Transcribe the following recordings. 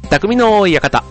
匠の館。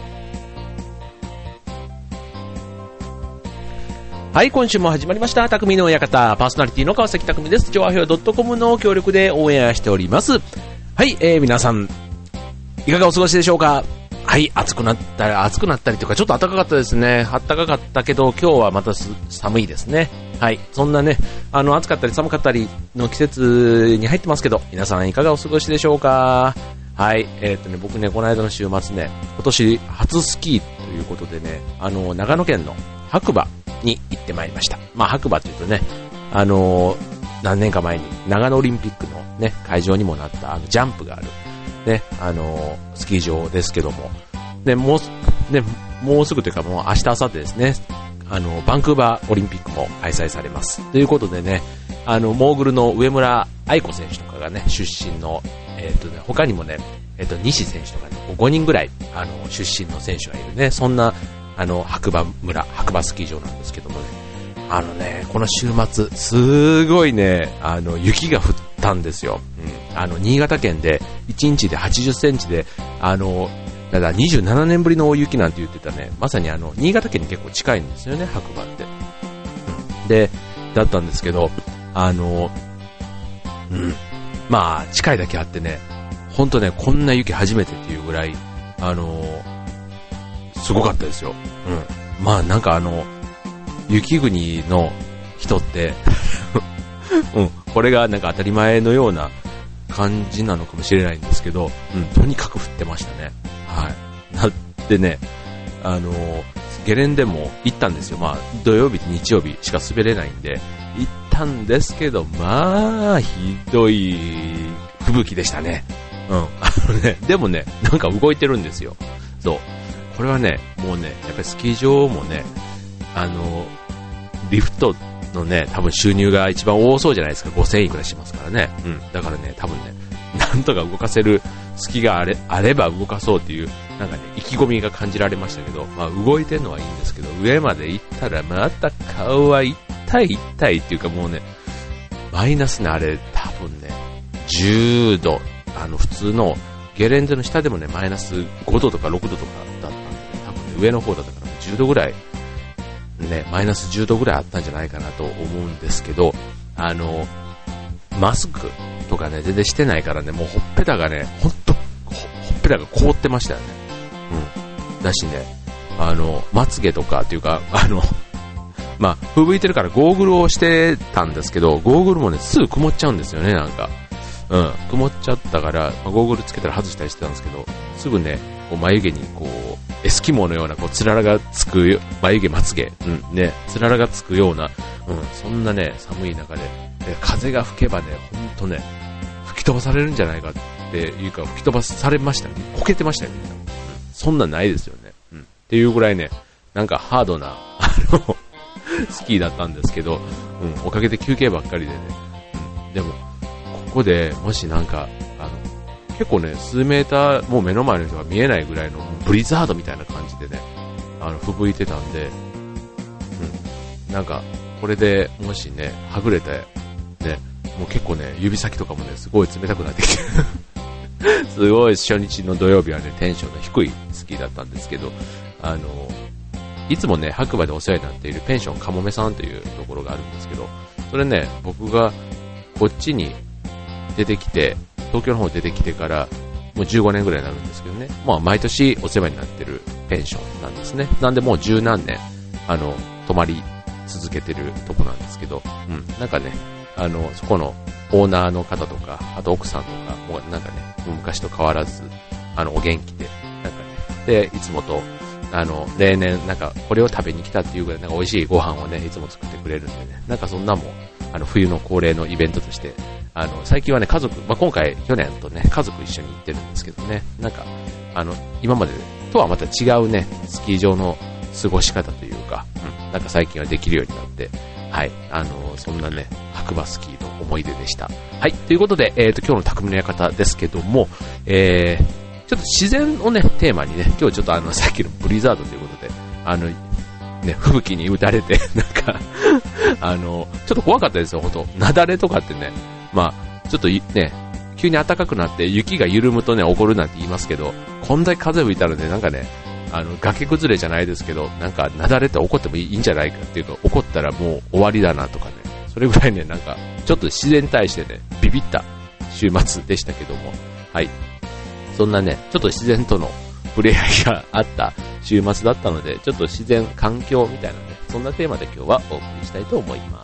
はい、今週も始まりました匠の館、パーソナリティの川崎匠です。調和表 .com の協力でオンエアしております。はい、皆さんいかがお過ごしでしょうか。はい、暑くなったりとか、ちょっと暖かかったですね。暖かかったけど今日はまた寒いですね。はい、そんなね、暑かったり寒かったりの季節に入ってますけど、皆さんいかがお過ごしでしょうか。はい、僕ね、この間の週末ね、今年初スキーということでね、長野県の白馬に行ってまいりました。まあ白馬というとね、何年か前に長野オリンピックのね、会場にもなったジャンプがあるね、スキー場ですけども、ね、もうすぐというかもう明日明後日ですね、バンクーバーオリンピックも開催されます。ということでね、モーグルの上村愛子選手とかがね、出身の、他にもね、西選手とかね、5人ぐらい、出身の選手がいるね、そんな、白馬スキー場なんですけどもね、この週末、すごいね、雪が降ったんですよ。新潟県で1日で80センチで、だから27年ぶりの大雪なんて言ってたね、まさに新潟県に結構近いんですよね、白馬って。で、だったんですけど、まあ、近いだけあってね、ほんとね、こんな雪初めてっていうぐらい、すごかったですよ。まあ、なんか雪国の人って、これがなんか当たり前のような感じなのかもしれないんですけど、とにかく降ってましたね。はい。だってね、ゲレンデも行ったんですよ。まあ、土曜日と日曜日しか滑れないんで、行ったんですけど、まあ、ひどい吹雪でしたね。でもね、なんか動いてるんですよ。そう。これはね、もうね、やっぱりスキー場もね、リフトのね、多分収入が一番多そうじゃないですか。5000円くらいしますからね。だからね、多分ね、なんとか動かせる隙があれば動かそうっていう、なんかね、意気込みが感じられましたけど、まあ動いてるのはいいんですけど、上まで行ったらまた顔は痛いっていうかもうね、マイナスね、あれ、多分ね、10度、普通のゲレンデの下でもね、マイナス5度とか6度とかだったんで、多分ね、上の方だったから10度ぐらい、ね、マイナス10度ぐらいあったんじゃないかなと思うんですけど、マスクとかね、全然してないからね、もうほっぺたがね、ほっぺたが凍ってましたよね。だしね、まつげとかっていうか、まあ、吹雪いてるからゴーグルをしてたんですけど、ゴーグルもね、すぐ曇っちゃうんですよね、なんか。曇っちゃったから、まあ、ゴーグルつけたら外したりしてたんですけど、すぐね、こう眉毛にこう、エスキモーのようなこうつららがつく眉毛まつげ、ね、つららがつくような、そんなね、寒い中で、風が吹けばね、ほんとね、吹き飛ばされるんじゃないかっていうか、吹き飛ばされましたね。こけてましたよ、みんな。そんなんないですよね。っていうぐらいね、なんかハードな、スキーだったんですけど、おかげで休憩ばっかりでね、でも、ここでもしなんか結構ね数メーターもう目の前の人が見えないぐらいのブリザードみたいな感じでね吹雪いてたんで、なんかこれでもしねはぐれてねもう結構ね指先とかもねすごい冷たくなってきてすごい初日の土曜日はねテンションの低いスキーだったんですけどいつもね白馬でお世話になっているペンションかもめさんというところがあるんですけど、それね僕がこっちに出てきて、東京の方出てきてからもう15年ぐらいになるんですけどね、まあ毎年お世話になってるペンションなんですね。なんでもう十何年泊まり続けてるとこなんですけど、なんかねそこのオーナーの方とか、あと奥さんとかもうなんかねもう昔と変わらずお元気でなんかねでいつもと例年なんかこれを食べに来たっていうぐらいなんか美味しいご飯をねいつも作ってくれるんでね、なんかそんなも冬の恒例のイベントとして最近はね家族、まあ、今回去年とね家族一緒に行ってるんですけどね、なんか今までとはまた違うねスキー場の過ごし方というか、なんか最近はできるようになって、はい、そんなね白馬スキーの思い出でした。はい、ということで今日の匠の館ですけども、ちょっと自然をねテーマにね今日ちょっとさっきのブリザードということでね、吹雪に打たれて、なんかちょっと怖かったですよ、ほんと。雪崩とかってね、まあ、ちょっとね、 急に暖かくなって雪が緩むとね、起こるなんて言いますけど、こんだけ風吹いたらね、なんかね、崖崩れじゃないですけど、なんか雪崩って起こってもいいんじゃないかっていうか、起こったらもう終わりだなとかね、それぐらいね、なんか、ちょっと自然に対してね、ビビった週末でしたけども、はい。そんなね、ちょっと自然との触れ合いがあった週末だったので、ちょっと自然環境みたいなね、そんなテーマで今日はお送りしたいと思います。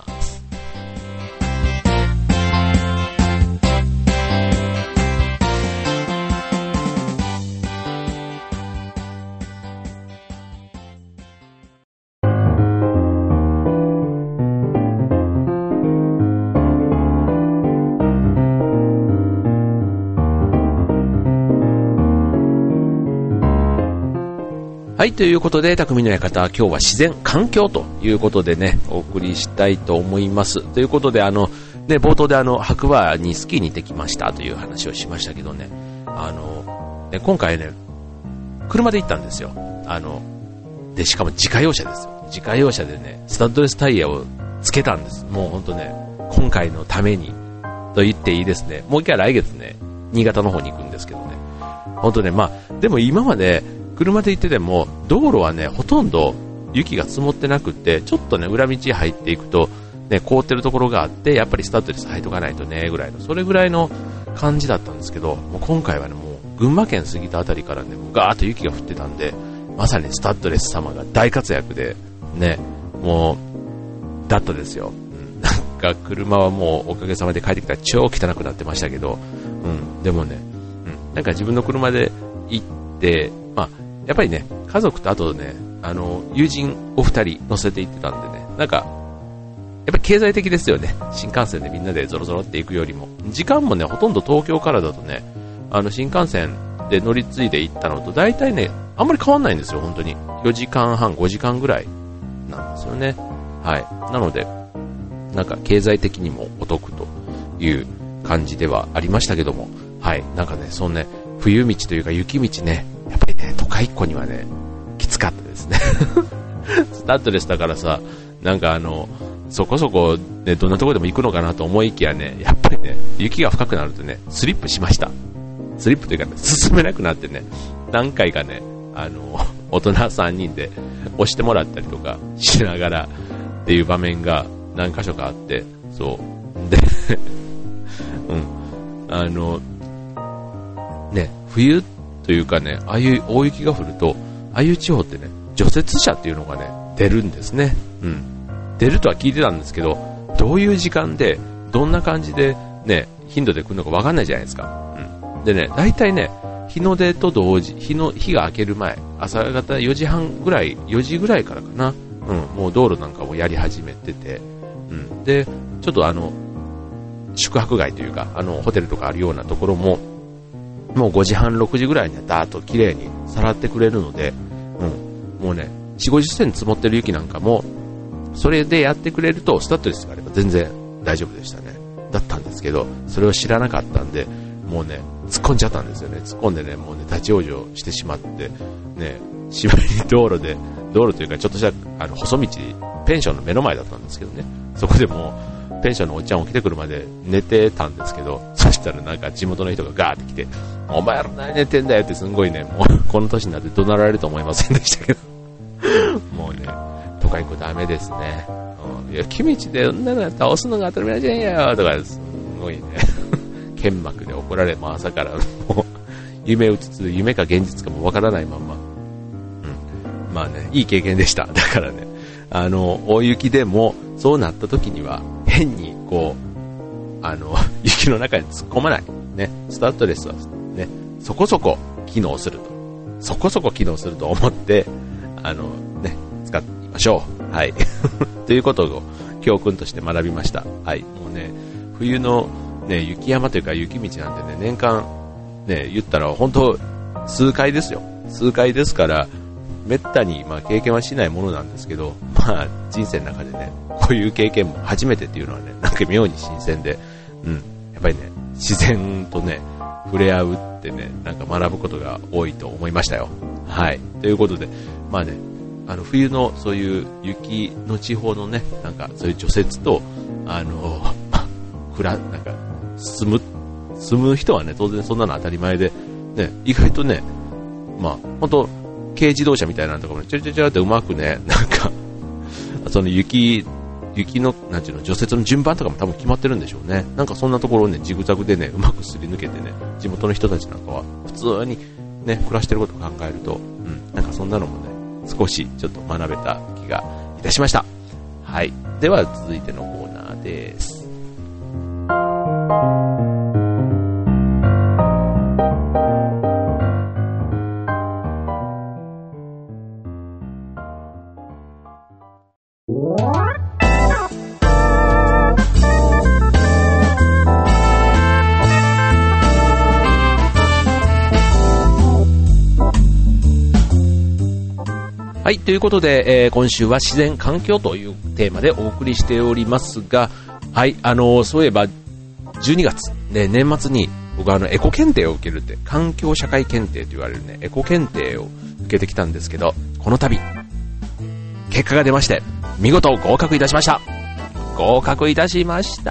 はい、ということで、匠の館、今日は自然環境ということでね、お送りしたいと思います。ということで、ね、冒頭で白馬にスキーに行ってきましたという話をしましたけどね、ね、今回ね、車で行ったんですよ。で、しかも自家用車ですよ。自家用車でね、スタッドレスタイヤをつけたんです。もうほんとね、今回のために、と言っていいですね。もう一回来月ね、新潟の方に行くんですけどね。ほんとね、まあ、でも今まで、車で行ってても道路はねほとんど雪が積もってなくってちょっとね裏道入っていくとね凍ってるところがあってやっぱりスタッドレス履いとかないとねぐらいのそれぐらいの感じだったんですけどもう今回はねもう群馬県過ぎたあたりからねもうガーッと雪が降ってたんでまさにスタッドレス様が大活躍でねもうだったですよ、なんか車はもうおかげさまで帰ってきたら超汚くなってましたけど、でもね、なんか自分の車で行ってまあやっぱりね、家族とあとね、友人お二人乗せて行ってたんでね、なんか、やっぱり経済的ですよね。新幹線でみんなでゾロゾロって行くよりも。時間もね、ほとんど東京からだとね、新幹線で乗り継いで行ったのと、大体ね、あんまり変わんないんですよ、本当に。4時間半、5時間ぐらいなんですよね。はい。なので、なんか経済的にもお得という感じではありましたけども、はい。なんかね、そのね、冬道というか雪道ね、やっぱりね、都会っ子にはね、きつかったですね。スタッドレスだからさ、なんかそこそこ、ね、どんなところでも行くのかなと思いきやね、やっぱりね、雪が深くなるとね、スリップしました。スリップというかね、進めなくなってね、何回かね、大人3人で押してもらったりとかしながらっていう場面が何箇所かあって、そう。で、ね、冬というかね、ああいう大雪が降ると、ああいう地方ってね、除雪車っていうのがね、出るんですね。出るとは聞いてたんですけど、どういう時間で、どんな感じでね、頻度で来るのか分かんないじゃないですか。でね、大体ね、日の出と同時、日が明ける前、朝方4時半ぐらい、4時ぐらいからかな。もう道路なんかもやり始めてて、で、ちょっと宿泊街というか、ホテルとかあるようなところも、もう5時半、6時ぐらいにはダーッと綺麗にさらってくれるので、もうね、4、50センチ積もってる雪なんかも、それでやってくれると、スタッドレスがあれば全然大丈夫でしたね。だったんですけど、それを知らなかったんで、もうね、突っ込んじゃったんですよね。突っ込んでね、もうね、立ち往生してしまって、ね、しまいに道路というか、ちょっとした細道、ペンションの目の前だったんですけどね、そこでもう、ペンションのおっちゃん起きてくるまで寝てたんですけど、そしたらなんか地元の人がガーって来て、お前ら何寝てんだよってすんごいね、もうこの年になって怒鳴られると思いませんでしたけど、もうね、都会っ子ダメですね。雪道で女の子倒すのが当たり前じゃんよとか、すんごいね、剣幕で怒られ、もう朝からもう夢か現実かもわからないまま、まあね、いい経験でした。だからね、大雪でもそうなった時には変にこう雪の中に突っ込まないね、スタッドレスはね、そこそこ機能すると思ってね、使ってみましょう。はいということを教訓として学びました。はい、もうね、冬のね、雪山というか雪道なんてね、年間ね、言ったら本当数回ですよ。数回ですから、めったにまあ経験はしないものなんですけど、まあ人生の中でね、こういう経験も初めてっていうのはね、なんか妙に新鮮で、やっぱりね、自然とね、触れ合うってね、なんか学ぶことが多いと思いましたよ。はい。ということで、まあね、冬のそういう雪の地方のね、なんかそういう除雪と、なんか住む人はね、当然そんなの当たり前で、ね、意外とね、まあ、ほんと、軽自動車みたいなのとかも、ちょろってうまくね、なんか、その雪の、なんていうの、除雪の順番とかも多分決まってるんでしょうね。なんかそんなところをね、ジグザグでね、うまくすり抜けてね、地元の人たちなんかは、普通にね、暮らしてることを考えると、なんかそんなのもね、少しちょっと学べた気がいたしました。はい。では続いてのコーナーです。はい、ということで、今週は自然環境というテーマでお送りしておりますが、はい、そういえば12月、ね、年末に僕はエコ検定を受けるって、環境社会検定と言われるね、エコ検定を受けてきたんですけど、この度結果が出まして、見事合格いたしました。合格いたしました。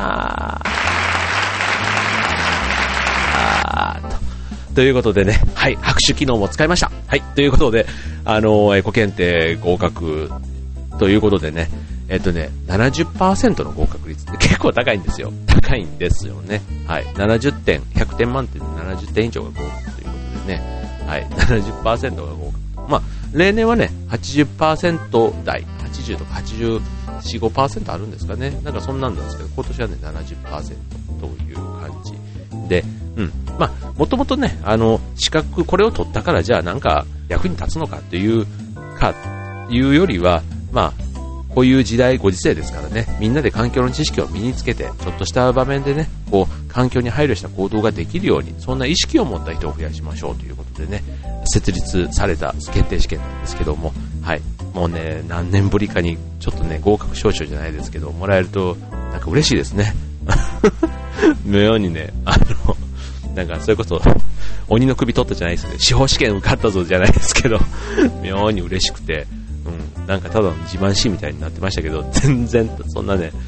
ということでね、はい、拍手機能も使いました。はい、ということで、エコ検定合格ということでね、70% の合格率って結構高いんですよ。高いんですよね。はい、70点、100点満点で70点以上が合格ということでね、はい、70% が合格。まあ、例年はね、80% 台、80とか84、5% あるんですかね。なんかそんなんなんですけど、今年はね、70% という感じで、まあ、もともとね、資格、これを取ったから、じゃあなんか役に立つのかっていうよりは、まあ、こういう時代、ご時世ですからね、みんなで環境の知識を身につけて、ちょっとした場面でね、こう、環境に配慮した行動ができるように、そんな意識を持った人を増やしましょうということでね、設立された検定試験なんですけども、はい、もうね、何年ぶりかに、ちょっとね、合格証書じゃないですけど、もらえると、なんか嬉しいですね。妙にね、なんかそれこそ鬼の首取ったじゃないですね、司法試験受かったぞじゃないですけど、妙に嬉しくて、なんかただの自慢しみたいになってましたけど、全然そんなね、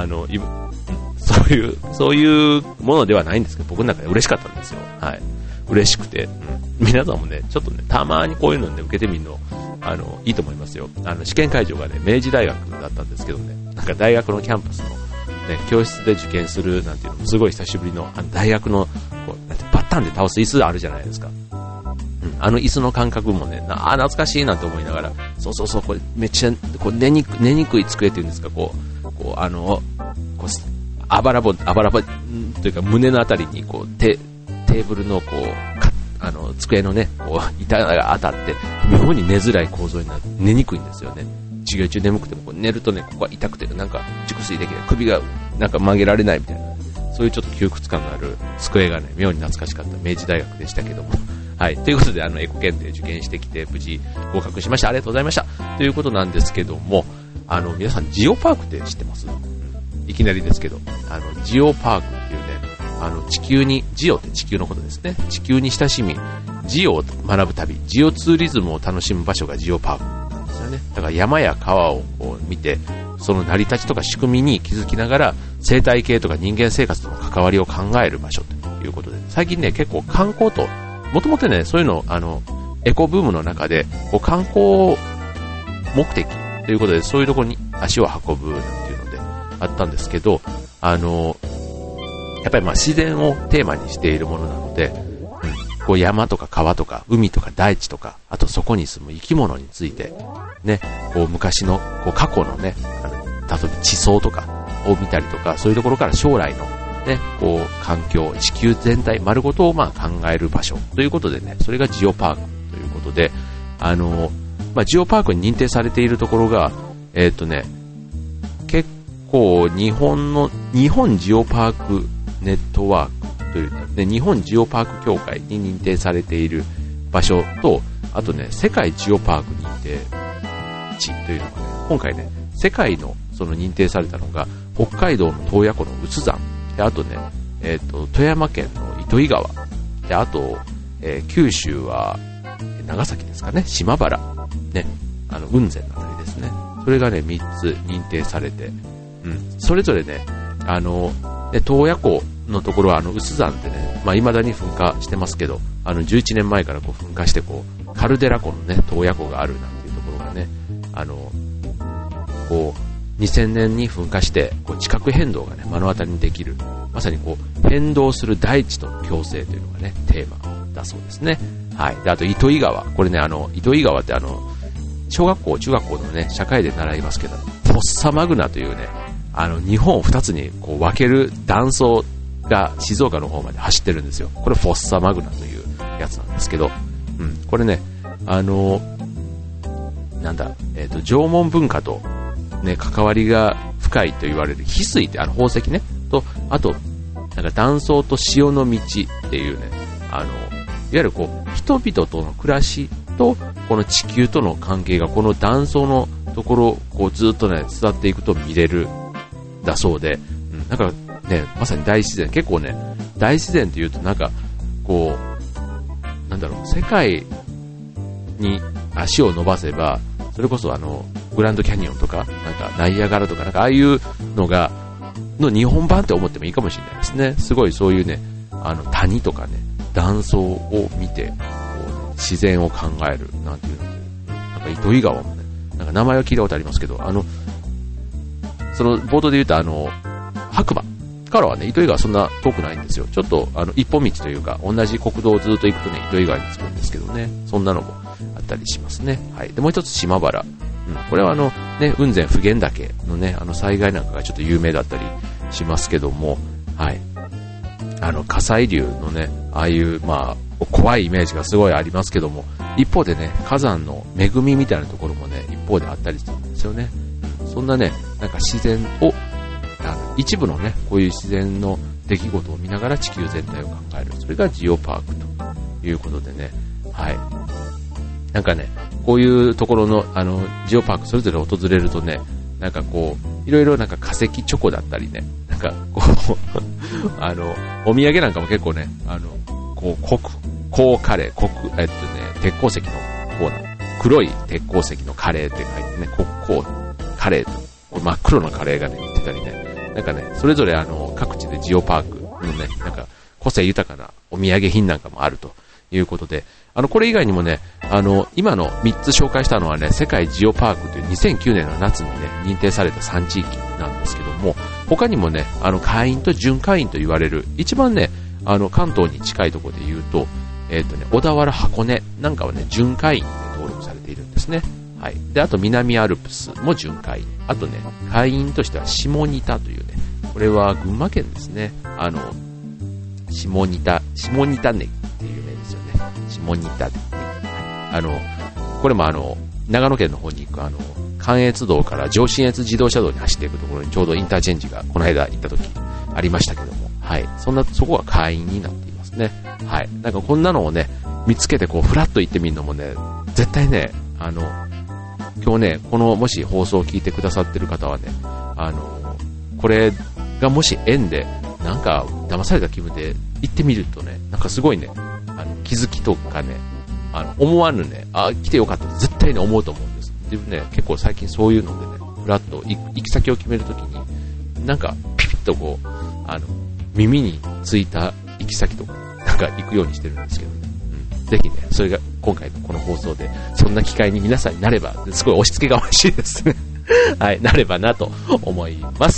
そういうものではないんですけど、僕の中で嬉しかったんですよ。はい、嬉しくて、皆さんもね、ちょっとね、たまにこういうので受けてみるのいいと思いますよ。試験会場がね、明治大学だったんですけどね、なんか大学のキャンパスのね、教室で受験するなんていうのもすごい久しぶりの大学のこうバッタンで倒す椅子あるじゃないですか。椅子の感覚もね、懐かしいなと思いながら、そうこれめっちゃこう寝にくい机っていうんですか、あばらぼというか胸のあたりにこうテーブルのこう机のねこう板が当たって妙に寝づらい構造になって寝にくいんですよね。授業中眠くてもこう寝るとね、ここが痛くてなんか熟睡できない、首がなんか曲げられないみたいな、そういうちょっと窮屈感のある机がね、妙に懐かしかった明治大学でしたけども、はい、ということでエコ検定受験してきて無事合格しました。ありがとうございましたということなんですけども、皆さんジオパークって知ってます？いきなりですけど、ジオパークっていうね、地球に、ジオって地球のことですね、地球に親しみジオを学ぶ旅、ジオツーリズムを楽しむ場所がジオパークなんですよね。だから山や川をこう見て、その成り立ちとか仕組みに気づきながら生態系とか人間生活との関わりを考える場所ということで、最近ね、結構観光と、もともとね、そういうのエコブームの中でこう観光目的ということで、そういうところに足を運ぶなんていうのであったんですけど、やっぱり自然をテーマにしているものなので、こう山とか川とか海とか大地とか、あとそこに住む生き物についてね、こう昔のこう過去のね、例えば地層とかを見たりとか、そういうところから将来のね、こう環境、地球全体丸ごとを考える場所ということでね、それがジオパークということで、ジオパークに認定されているところが、結構日本ジオパークネットワークという、ね、日本ジオパーク協会に認定されている場所と、あとね、世界ジオパーク認定地というのがね、今回ね、世界のその認定されたのが、北海道の洞爺湖の有珠山で、あとね、富山県の糸魚川で、あと、九州は長崎ですかね、島原ね、雲仙のあたりですね、それがね3つ認定されて、それぞれね、洞爺湖のところは有珠山ってね、 まあ、未だに噴火してますけど、11年前からこう噴火して、こう、カルデラ湖のね、洞爺湖があるなんていうところがね、こう、2000年に噴火して、こう、地殻変動がね、目の当たりにできる。まさにこう、変動する大地との共生というのがね、テーマだそうですね。はい。で、あと、糸魚川。これね、糸魚川って小学校、中学校のね、社会で習いますけど、フォッサマグナというね、日本を2つにこう分ける断層が静岡の方まで走ってるんですよ。これフォッサマグナというやつなんですけど、これね、縄文文化とね、関わりが深いと言われる翡翠って宝石ね、と、あと、なんか断層と潮の道っていうね、いわゆるこう、人々との暮らしと、この地球との関係がこの断層のところをこうずっとね、伝っていくと見れるだそうで、なんかね、まさに大自然、結構ね、大自然っていうとなんか、こう、なんだろう、世界に足を伸ばせば、それこそグランドキャニオンとか、なんかナイアガラとか、なんかああいうのが、の日本版って思ってもいいかもしれないですね。すごいそういうね、谷とかね、断層を見て、こう自然を考える、なんていうの、なんか糸魚川もね、なんか名前は聞いたことありますけど、その冒頭で言うと白馬からはね、糸魚川そんな遠くないんですよ。ちょっと一本道というか、同じ国道をずっと行くとね、糸魚川に着くんですけどね、そんなのもあったりしますね。はい。で、もう一つ島原。これはね、雲仙普賢岳のね、災害なんかがちょっと有名だったりしますけども、はい。火砕流のね、ああいう、まあ、怖いイメージがすごいありますけども、一方でね、火山の恵みみたいなところもね、一方であったりするんですよね。そんなね、なんか自然を、一部のね、こういう自然の出来事を見ながら地球全体を考える。それがジオパークということでね、はい。なんかね、こういうところの、ジオパークそれぞれ訪れるとね、なんかこう、いろいろなんか化石チョコだったりね、なんかこう、お土産なんかも結構ね、こう、高カレー、鉄鉱石のコーナー、黒い鉄鉱石のカレーって書いてね、黒カレーと、真っ黒なカレーがね、売ってたりね、なんかね、それぞれ各地でジオパークのね、なんか個性豊かなお土産品なんかもあるということで、これ以外にもね、今の3つ紹介したのはね、世界ジオパークという2009年の夏にね、認定された3地域なんですけども、他にもね、会員と準会員と言われる、一番ね、関東に近いところで言うと、小田原箱根なんかはね、準会員で登録されているんですね。はい。で、あと南アルプスも準会員。あとね、会員としては下仁田というね、これは群馬県ですね。下仁田ネギっていう名ですよね。下仁田ネギ。これも長野県の方に行く関越道から上信越自動車道に走っていくところにちょうどインターチェンジがこの間行った時ありましたけども、はい。そこが会員になっていますね。はい。なんかこんなのをね、見つけてこう、フラッと行ってみるのもね、絶対ね、今日ね、このもし放送を聞いてくださってる方はね、これがもし縁で、なんか騙された気分で行ってみるとね、なんかすごいね、気づきとかね、思わぬね、来てよかったって絶対に思うと思うんです。でもね、結構最近そういうのでね、フラッと行き先を決めるときに、なんかピピッとこう、耳についた行き先とか、なんか行くようにしてるんですけどね。ぜひね、それが今回のこの放送で、そんな機会に皆さんになれば、すごい押し付けがましいですね。はい、なればなと思います。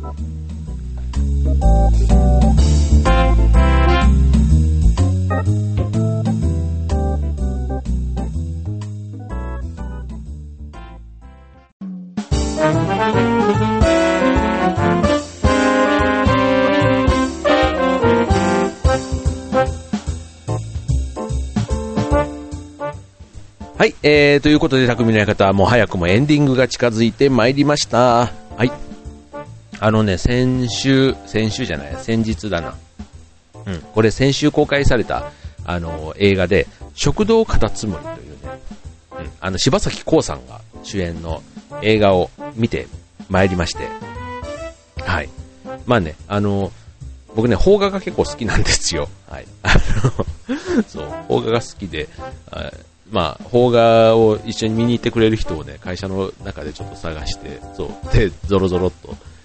はい、ということで、匠の館はもう早くもエンディングが近づいてまいりました。はい。先日だな。これ先週公開された、映画で、食堂カタツムリというね、柴咲コウさんが主演の映画を見てまいりまして。はい。まあね、僕ね、邦画が結構好きなんですよ。はい。そう、邦画が好きで、まあ、邦画を一緒に見に行ってくれる人をね、会社の中でちょっと探して、そう、で、ゾロゾロっと、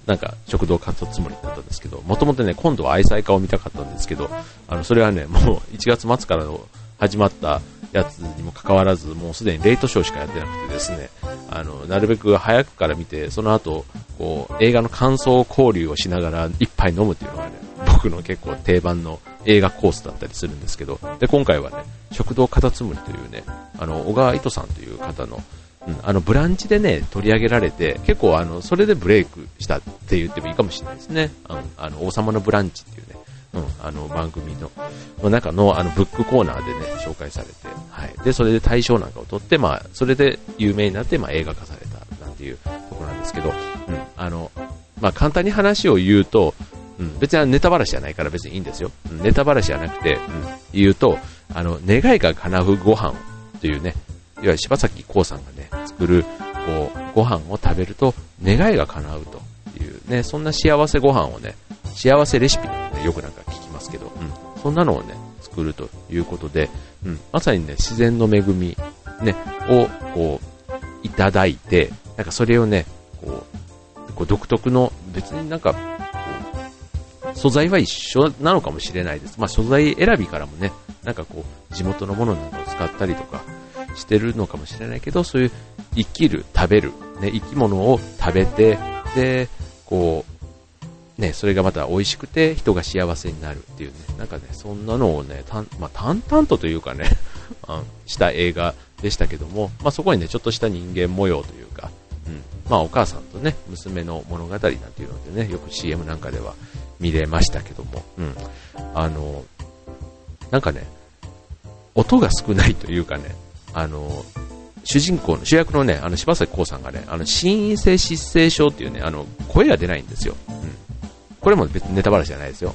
なんか食堂買ったつもりだったんですけど、もともとね、今度は愛妻家を見たかったんですけど、それはね、もう1月末からの始まったやつにもかかわらず、もうすでにレイトショーしかやってなくてですね、なるべく早くから見て、その後、こう、映画の感想交流をしながら一杯飲むっていうのがね、僕の結構定番の映画コースだったりするんですけど、で、今回はね、食堂カタツムリというね、小川糸さんという方の、ブランチでね、取り上げられて、結構それでブレイクしたって言ってもいいかもしれないですね。王様のブランチっていうね、番組の中のブックコーナーでね、紹介されて、はい。で、それで大賞なんかを取って、まあ、それで有名になって、まあ、映画化されたなんていうところなんですけど、まあ、簡単に話を言うと、別にネタバラシじゃないから別にいいんですよ。ネタバラシじゃなくて、言うと、願いが叶うご飯というね、いわゆる柴咲コウさんがね、作る、こう、ご飯を食べると願いが叶うというね、そんな幸せご飯をね、幸せレシピなんてね、よくなんか聞きますけど、そんなのをね、作るということで、まさにね、自然の恵み、ね、を、こう、いただいて、なんかそれをね、こう独特の、別になんか、素材は一緒なのかもしれないです。まあ素材選びからもね、なんかこう、地元のものなんかを使ったりとかしてるのかもしれないけど、そういう生きる、食べる、ね、生き物を食べて、で、こう、ね、それがまた美味しくて人が幸せになるっていうね、なんかね、そんなのをね、まあ淡々とというかね、した映画でしたけども、まあそこにね、ちょっとした人間模様というか、まあお母さんとね、娘の物語なんていうのでね、よく CM なんかでは見れましたけども、なんかね、音が少ないというかね、主人公の、主役のね、柴咲コウさんがね、心因性失声症っていうね、声が出ないんですよ。これも別にネタバラシじゃないですよ。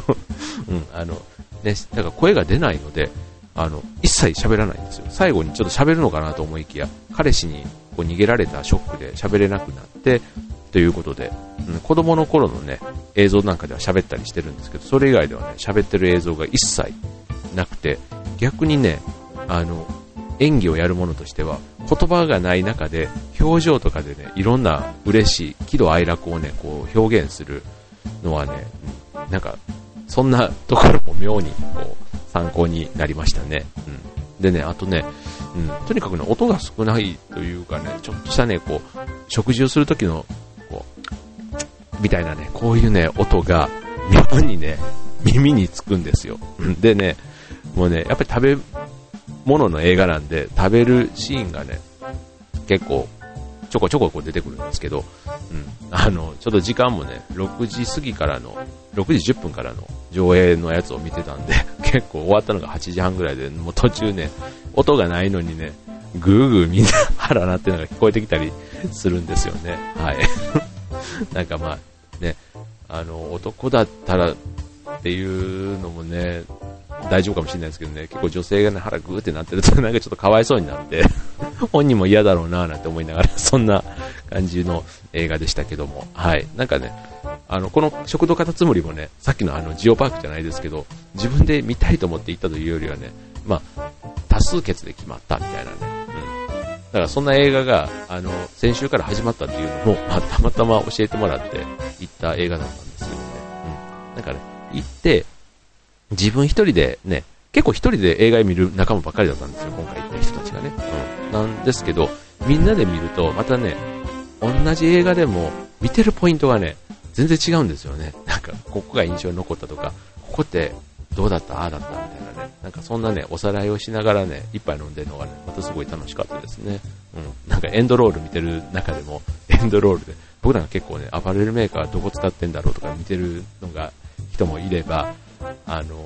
ね、だから声が出ないので、一切喋らないんですよ。最後にちょっと喋るのかなと思いきや、彼氏にこう逃げられたショックで喋れなくなって、ということで、子供の頃のね、映像なんかでは喋ったりしてるんですけど、それ以外ではね、喋ってる映像が一切なくて、逆にね、演技をやるものとしては、言葉がない中で、表情とかでね、いろんな嬉しい、喜怒哀楽をね、こう表現するのはね、なんか、そんなところも妙に、こう、参考になりましたね。でね、あとね、とにかくね、音が少ないというかね、ちょっとしたね、こう、食事をするときの、こう、みたいなね、こういうね、音が、妙にね、耳につくんですよ。でね、もうね、やっぱり食べ物の映画なんで、食べるシーンがね、結構、ちょこちょここう出てくるんですけど、ちょっと時間もね、6時過ぎからの、6時10分からの上映のやつを見てたんで、結構終わったのが8時半ぐらいで、もう途中ね、音がないのにね、ぐーぐーみんな腹鳴ってるのが聞こえてきたりするんですよね。はい。なんかまあ、ね、男だったらっていうのもね、大丈夫かもしれないですけどね、結構女性がね、腹グーってなってるとなんかちょっとかわいそうになって、本人も嫌だろうなぁなんて思いながら、そんな感じの映画でしたけども、はい。なんかね、この食堂カタツムリもね、さっきのジオパークじゃないですけど、自分で見たいと思って行ったというよりはね、まあ、多数決で決まったみたいなね。だからそんな映画が、先週から始まったっていうのも、まあ、たまたま教えてもらって行った映画だったんですよね。なんかね、行って、自分一人でね、結構一人で映画見る仲間ばっかりだったんですよ、今回行った人たちがね。なんですけど、みんなで見ると、またね、同じ映画でも、見てるポイントがね、全然違うんですよね。なんか、ここが印象に残ったとか、ここってどうだったああだったみたいなね。なんかそんなね、おさらいをしながらね、一杯飲んでるのがね、またすごい楽しかったですね。なんかエンドロール見てる中でも、エンドロールで、僕なんか結構ね、アパレルメーカーどこ使ってんだろうとか見てるのが、人もいれば、なんだ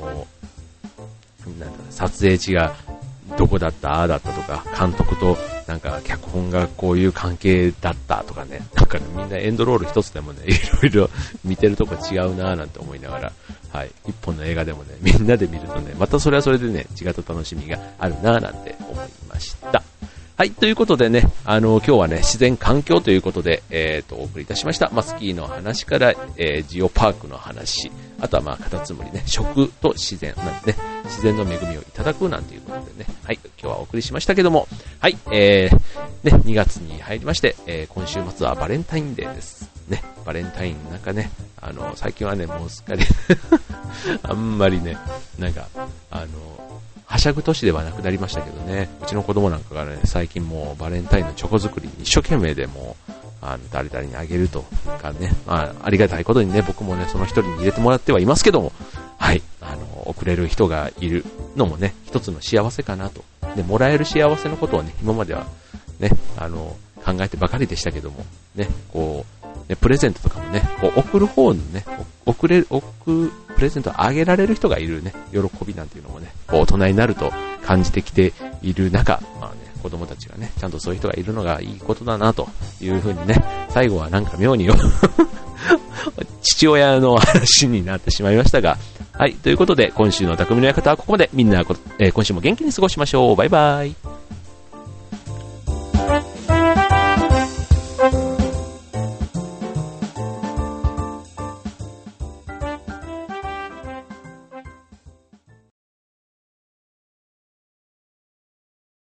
撮影地がどこだったああだったとか、監督となんか脚本がこういう関係だったとかね、なんかね、みんなエンドロール一つでもね、いろいろ見てるとこ違うなぁなんて思いながら、はい、一本の映画でもね、みんなで見るとね、またそれはそれでね、違った楽しみがあるなぁなんて思いました。はい、ということでね、今日はね、自然環境ということで、お送りいたしました。スキーの話から、ジオパークの話、あとはカタツムリね、食と自然なんてね、自然の恵みをいただくなんていうことでね、はい、今日はお送りしましたけども、はい、ね、2月に入りまして、今週末はバレンタインデーです。 ね、バレンタインなんかね、最近はね、もうすっかりあんまりね、なんか、はしゃぐ年ではなくなりましたけどね、うちの子供なんかがね、最近もうバレンタインのチョコ作りに一生懸命でもう、誰々にあげるとかね、ありがたいことにね、僕もね、その一人に入れてもらってはいますけども、はい、送れる人がいるのもね、一つの幸せかなと。で、もらえる幸せのことをね、今まではね、考えてばかりでしたけども、ね、こう、ね、プレゼントとかもね、こう送る方のね、プレゼントをあげられる人がいるね、喜びなんていうのもね、こう大人になると感じてきている中、まあね、子供たちがね、ちゃんとそういう人がいるのがいいことだなというふうにね、最後はなんか妙に父親の話になってしまいましたが、はい、ということで今週の匠の館はここまで。みんな、今週も元気に過ごしましょう。バイバイ。